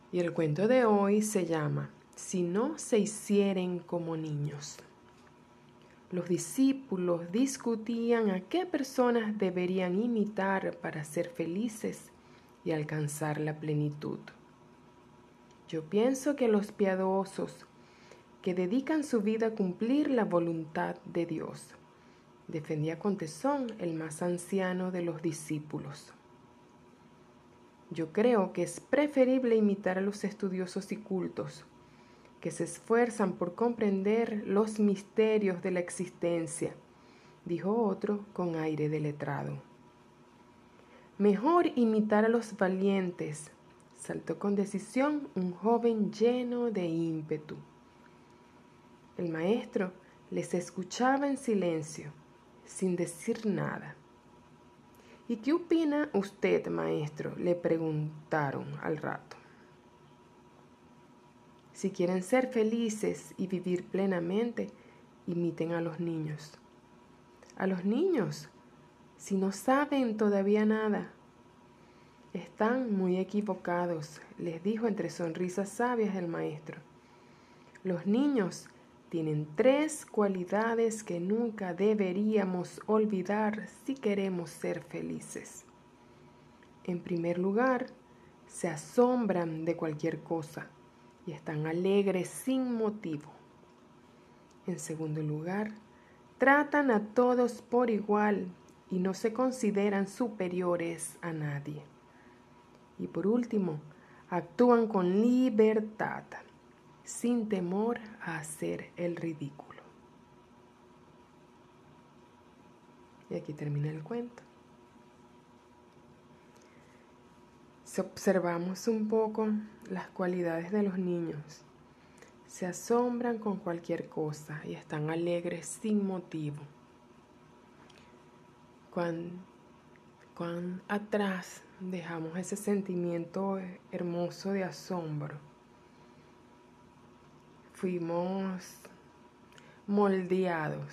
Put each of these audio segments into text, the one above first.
Y el cuento de hoy se llama Si no se hicieren como niños. Los discípulos discutían a qué personas deberían imitar para ser felices y alcanzar la plenitud. Yo pienso que los piadosos, que dedican su vida a cumplir la voluntad de Dios, defendía con tesón el más anciano de los discípulos. Yo creo que es preferible imitar a los estudiosos y cultos, que se esfuerzan por comprender los misterios de la existencia, dijo otro con aire de letrado. Mejor imitar a los valientes, saltó con decisión un joven lleno de ímpetu. El maestro les escuchaba en silencio, sin decir nada. ¿Y qué opina usted, maestro?, le preguntaron al rato. Si quieren ser felices y vivir plenamente, imiten a los niños. A los niños, si no saben todavía nada. Están muy equivocados, les dijo entre sonrisas sabias el maestro. Los niños tienen 3 cualidades que nunca deberíamos olvidar si queremos ser felices. En primer lugar, se asombran de cualquier cosa y están alegres sin motivo. En segundo lugar, tratan a todos por igual y no se consideran superiores a nadie. Y por último, actúan con libertad, sin temor a hacer el ridículo. Y aquí termina el cuento. Si observamos un poco las cualidades de los niños, se asombran con cualquier cosa y están alegres sin motivo. Cuán atrás dejamos ese sentimiento hermoso de asombro. Fuimos moldeados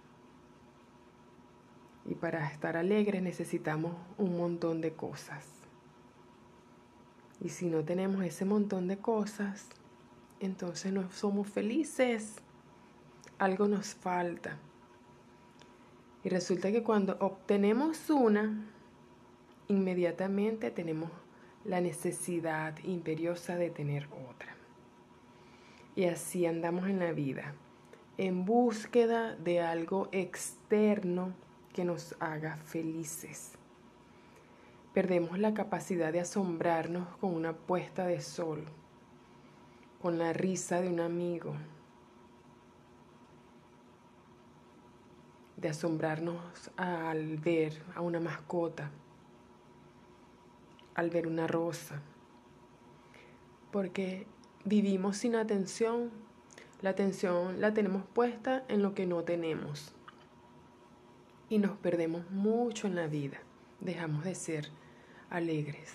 y para estar alegres necesitamos un montón de cosas. Y si no tenemos ese montón de cosas, entonces no somos felices. Algo nos falta. Y resulta que cuando obtenemos una, inmediatamente tenemos la necesidad imperiosa de tener otra. Y así andamos en la vida, en búsqueda de algo externo que nos haga felices. Perdemos la capacidad de asombrarnos con una puesta de sol, con la risa de un amigo, de asombrarnos al ver a una mascota, al ver una rosa, porque vivimos sin atención. La atención la tenemos puesta en lo que no tenemos y nos perdemos mucho en la vida, dejamos de ser alegres.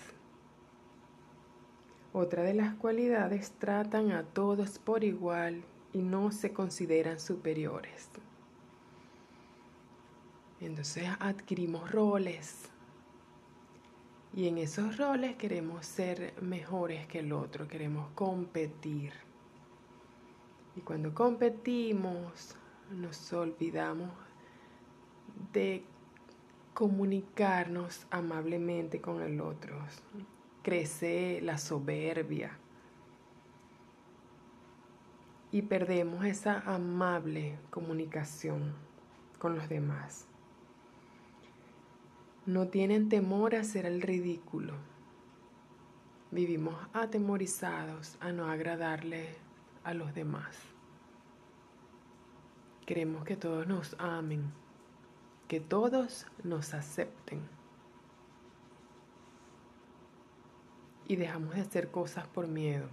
Otra de las cualidades, tratan a todos por igual y no se consideran superiores. Entonces adquirimos roles y en esos roles queremos ser mejores que el otro, queremos competir. Y cuando competimos nos olvidamos de comunicarnos amablemente con el otro. Crece la soberbia y perdemos esa amable comunicación con los demás. No tienen temor a hacer el ridículo. Vivimos atemorizados a no agradarle a los demás. Queremos que todos nos amen, que todos nos acepten. Y dejamos de hacer cosas por miedo.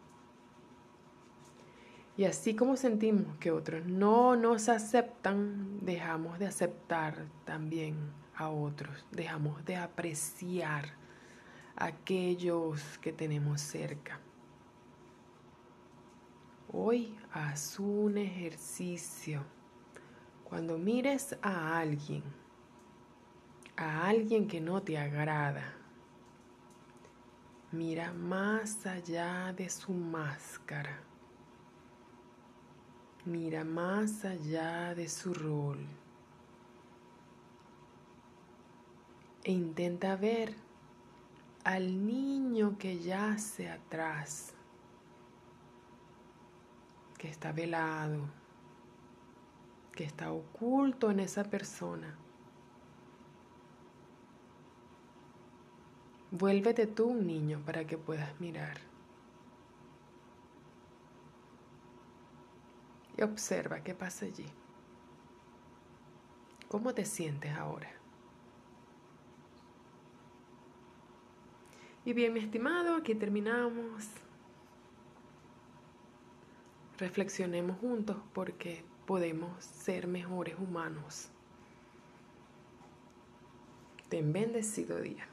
Y así como sentimos que otros no nos aceptan, dejamos de aceptar también a otros. Dejamos de apreciar a aquellos que tenemos cerca. Hoy haz un ejercicio. Cuando mires a alguien que no te agrada, Mira más allá de su máscara. Mira más allá de su rol. E intenta ver al niño que yace atrás, que está velado, que está oculto en esa persona. Vuélvete tú un niño para que puedas mirar. Y observa qué pasa allí. ¿Cómo te sientes ahora? Y bien, mi estimado, aquí terminamos. Reflexionemos juntos porque podemos ser mejores humanos. Ten bendecido día.